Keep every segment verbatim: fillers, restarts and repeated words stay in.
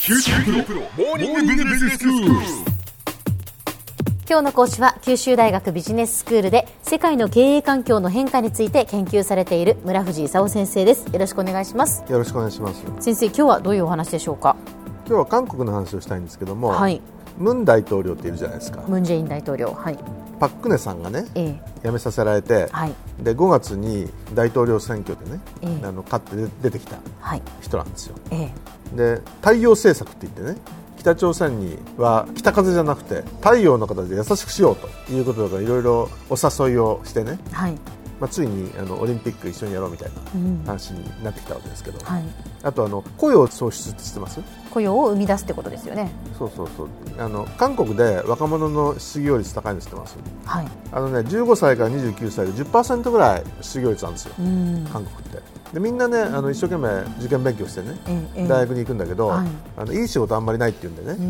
九州大学プロモーニングビジネススクール。 今日の講師は九州大学ビジネススクールで世界の経営環境の変化について研究されている村藤勲先生です。よろしくお願いします。 よろしくお願いします。 先生、今日はどういうお話でしょうか？ 今日は韓国の話をしたいんですけども、 はい、 ムン大統領っているじゃないですか。 ムンジェイン大統領、はい、 パククネさんがね、 ええ、 辞めさせられて、はい、でごがつに大統領選挙でね、ええ、あの勝って出てきた人なんですよ、ええ、で太陽政策って言ってね、北朝鮮には北風じゃなくて太陽の形で優しくしようということがいろいろお誘いをしてね、はい、まあ、ついにあのオリンピック一緒にやろうみたいな話になってきたわけですけど、うん、はい、あとあの雇用創出って知ってます？ 雇用を生み出すってことですよね。 そうそうそう、あの韓国で若者の失業率高いの知ってます？はい、あのね、じゅうごさいからにじゅうきゅうさいで じゅっパーセント ぐらい失業率なんですよ、うん、韓国って。でみんなね、あの一生懸命受験勉強してね、ええ、大学に行くんだけど、はい、あのいい仕事あんまりないっていうんでね、うん、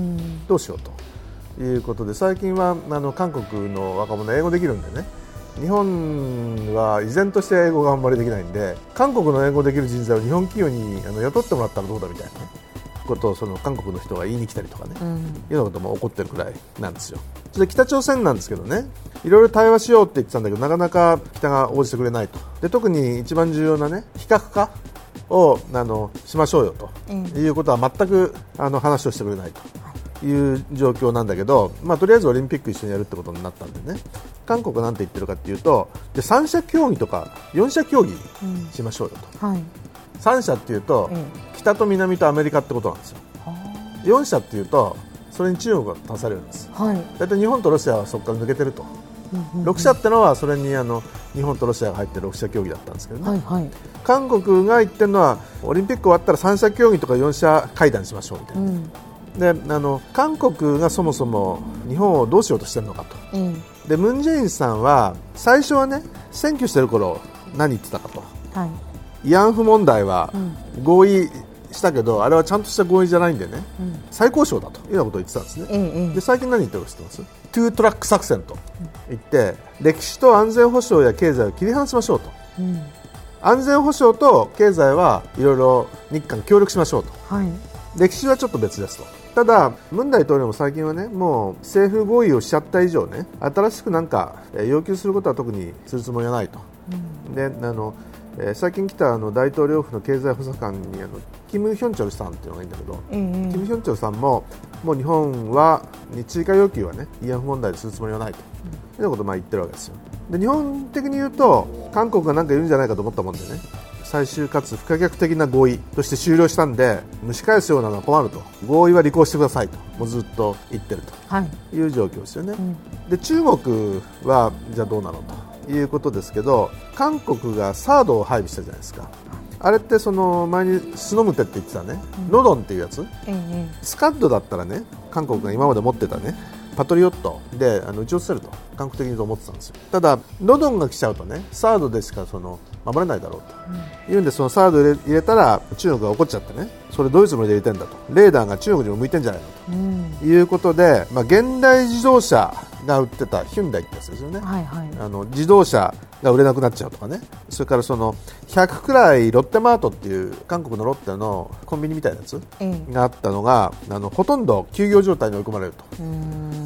どうしようということで、最近はあの韓国の若者英語できるんでね、日本は依然として英語があんまりできないんで、韓国の英語できる人材を日本企業にあの雇ってもらったらどうだみたいな、ね、ことをその韓国の人が言いに来たりとかね、うん、いうようなことも起こってるくらいなんですよ。それで北朝鮮なんですけどね、いろいろ対話しようって言ってたんだけど、なかなか北が応じてくれないと。で特に一番重要なね、非核化をあのしましょうよと、うん、いうことは全くあの話をしてくれないという状況なんだけど、まあ、とりあえずオリンピック一緒にやるってことになったんでね、韓国なんて言ってるかっていうと、でさん者協議とかよん者協議しましょうよと、うん、はい、さん者っていうと、うん、北と南とアメリカってことなんですよ。よん者っていうとそれに中国が足されるんです、はい、だいたい日本とロシアはそこから抜けてると、うんうんうん、ろく者ってのはそれにあの日本とロシアが入ってるろく者協議だったんですけどね、はいはい、韓国が言ってるのはオリンピック終わったらさん者協議とかよん者会談しましょうみたいな、うん、であの韓国がそもそも日本をどうしようとしてるのかと、うん、でムン・ジェインさんは最初はね、選挙してる頃何言ってたかと、はい、慰安婦問題は合意したけど、あれはちゃんとした合意じゃないんでね、うん、再交渉だというようなことを言ってたんですね、ええ、で最近何言ってるか知ってます？トゥートラック作戦と言って、うん、歴史と安全保障や経済を切り離しましょうと、うん、安全保障と経済はいろいろ日韓協力しましょうと、はい、歴史はちょっと別ですと。ただムン大統領も最近はね、もう政府合意をしちゃった以上ね、新しくなんか要求することは特にするつもりはないと、うん、であのえー、最近来たあの大統領府の経済補佐官にあのキム・ヒョンチョルさんっていうのがいいんだけど、うん、キム・ヒョンチョルさんももう日本は追加要求はね、慰安婦問題でするつもりはないと、うん、いうようなことをまあ言ってるわけですよ。で日本的に言うと韓国が何か言うんじゃないかと思ったもんでね、最終かつ不可逆的な合意として終了したんで、蒸し返すようなのは困ると、合意は履行してくださいともうずっと言ってるという状況ですよね、はい、うん、で中国はじゃあどうなのということですけど、韓国がサードを配備したじゃないですか。あれってその前にスノムテって言ってたね、うん、ノドンっていうやつ、ええ、スカッドだったらね、韓国が今まで持ってたねパトリオットであの撃ち落とせると韓国的にと思ってたんですよ。ただノドンが来ちゃうとね、サードでしかその守れないだろうと、うん、いうんで、そのサード入れ、入れたら中国が怒っちゃってね、それどういうつもりで入れてんだと、レーダーが中国にも向いてんじゃないのと、うん、いうことで、まあ、現代自動車が売ってたヒュンダイってやつですよね、はいはい、あの自動車が売れなくなっちゃうとかね、それからそのひゃくくらいロッテマートっていう韓国のロッテのコンビニみたいなやつがあったのが、うん、あのほとんど休業状態に追い込まれると、うん、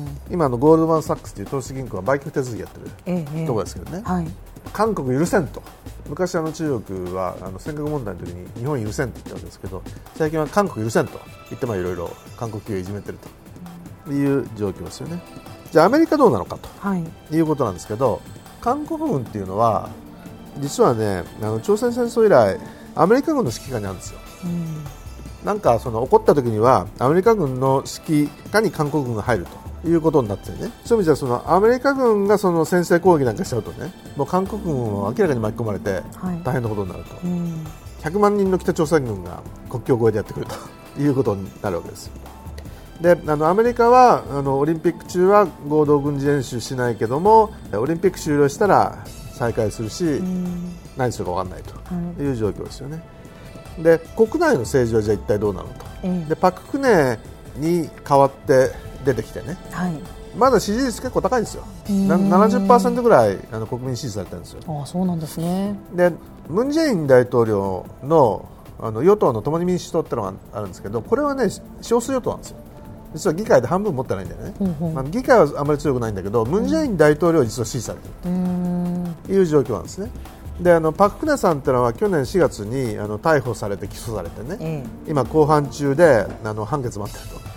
今のゴールドマンサックスという投資銀行が売却手続きやってる、ええ、ところですけどね、はい、韓国許せんと。昔あの中国はあの尖閣問題の時に日本許せんって言ったわけですけど、最近は韓国許せんと言っていろいろ韓国企業をいじめてるという状況ですよね。じゃあアメリカどうなのかと、はい、いうことなんですけど、韓国軍っていうのは実はね、あの朝鮮戦争以来アメリカ軍の指揮下にあるんですよ、うん、なんかその起こった時にはアメリカ軍の指揮下に韓国軍が入るということになってね、そういう意味ではそのアメリカ軍がその先制攻撃なんかしちゃうとね、もう韓国軍を明らかに巻き込まれて大変なことになると、はい、うん、ひゃくまんにんの北朝鮮軍が国境越えでやってくるということになるわけです。であのアメリカはあのオリンピック中は合同軍事演習しないけども、オリンピック終了したら再開するし、うん、何するか分からないという状況ですよね、はい、で国内の政治はじゃあ一体どうなのと、うん、でパククネに代わって出てきてね、はい、まだ支持率結構高いんですよ。ななじゅっパーセントぐらいあの国民支持されてるんですよ。 ああ、そうなんですね。 でムン・ジェイン大統領のあの与党の共に民主党ってのがあるんですけど、これはね少数与党なんですよ。実は議会で半分持ってないんだよね、うんうん、まあ、議会はあまり強くないんだけど、ムン・ジェイン大統領は実は支持されているという状況なんですね。であのパク・クネさんってのは去年しがつにあの逮捕されて起訴されてね、ええ、今公判中であの判決待ってると、うん、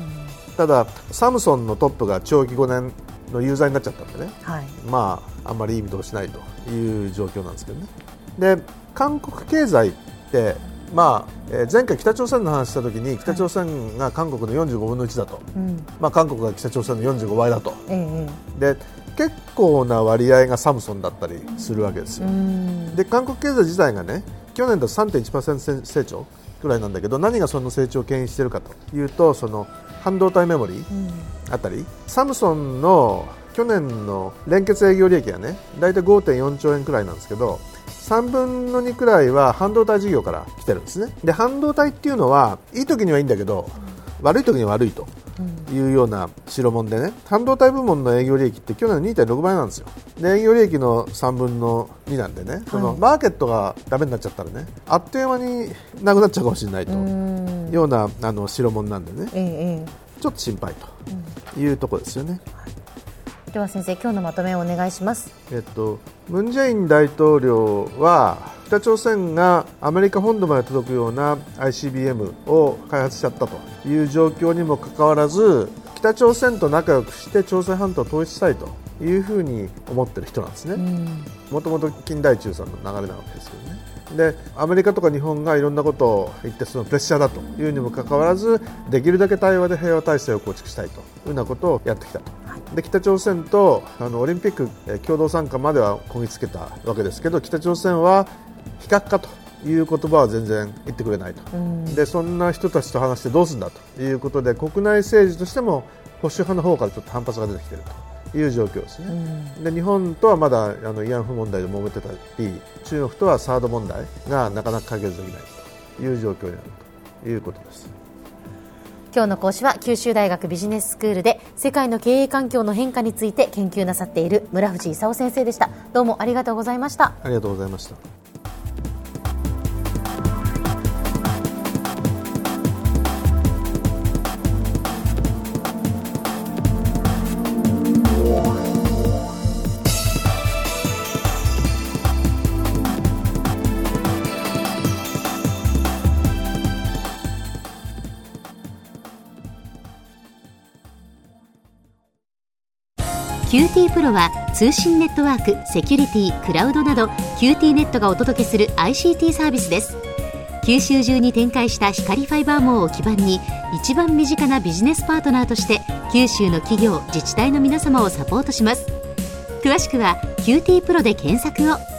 ただサムソンのトップが懲役ごねんの有罪になっちゃったんでね、はい、まああんまりいい見通しないという状況なんですけどね。で韓国経済ってまあえー、前回北朝鮮の話したときに北朝鮮が韓国のよんじゅうごぶんのいちだと、うん、まあ、韓国が北朝鮮のよんじゅうごばいだと、ええ、で結構な割合がサムソンだったりするわけですよ。で韓国経済自体がね去年だと さんてんいちパーセント 成長くらいなんだけど、何がその成長を牽引しているかというと、その半導体メモリーあたり、うん、サムソンの去年の連結営業利益がねだいたいごてんよんちょうえんくらいなんですけど、さんぶんのにくらいは半導体事業から来てるんですね。で半導体っていうのはいい時にはいいんだけど、うん、悪い時には悪いというような代物でね、半導体部門の営業利益って去年の にてんろくばいなんですよ。で営業利益のさんぶんのになんでね、はい、そのマーケットがダメになっちゃったらねあっという間になくなっちゃうかもしれないというようなあの代物なんでね、ええ、ちょっと心配というところですよね。 では先生、今日のまとめをお願いします。 えっと、ムン・ジェイン大統領は北朝鮮がアメリカ本土まで届くような アイシービーエム を開発しちゃったという状況にもかかわらず、北朝鮮と仲良くして朝鮮半島を統一したいというふうに思っている人なんですね。もともと金大中さんの流れなわけですけどね。でアメリカとか日本がいろんなことを言ってそのプレッシャーだというにもかかわらず、できるだけ対話で平和体制を構築したいというようなことをやってきたと。で北朝鮮とあのオリンピック、えー、共同参加まではこぎつけたわけですけど、北朝鮮は非核化という言葉は全然言ってくれないと。でそんな人たちと話してどうするんだということで、国内政治としても保守派の方からちょっと反発が出てきているという状況ですね。で日本とはまだあの慰安婦問題で揉めてたり、中国とはサード問題がなかなか解決できないという状況になるということです。 今日の講師は九州大学ビジネススクールで世界の経営環境の変化について研究なさっている村藤勲先生でした。どうもありがとうございました。 ありがとうございました。 キューティー プロは通信ネットワーク、セキュリティ、クラウドなど キューティー ネットがお届けする アイシーティー サービスです。九州中に展開した光ファイバー網を基盤に、一番身近なビジネスパートナーとして九州の企業、自治体の皆様をサポートします。詳しくは キューティー プロで検索を。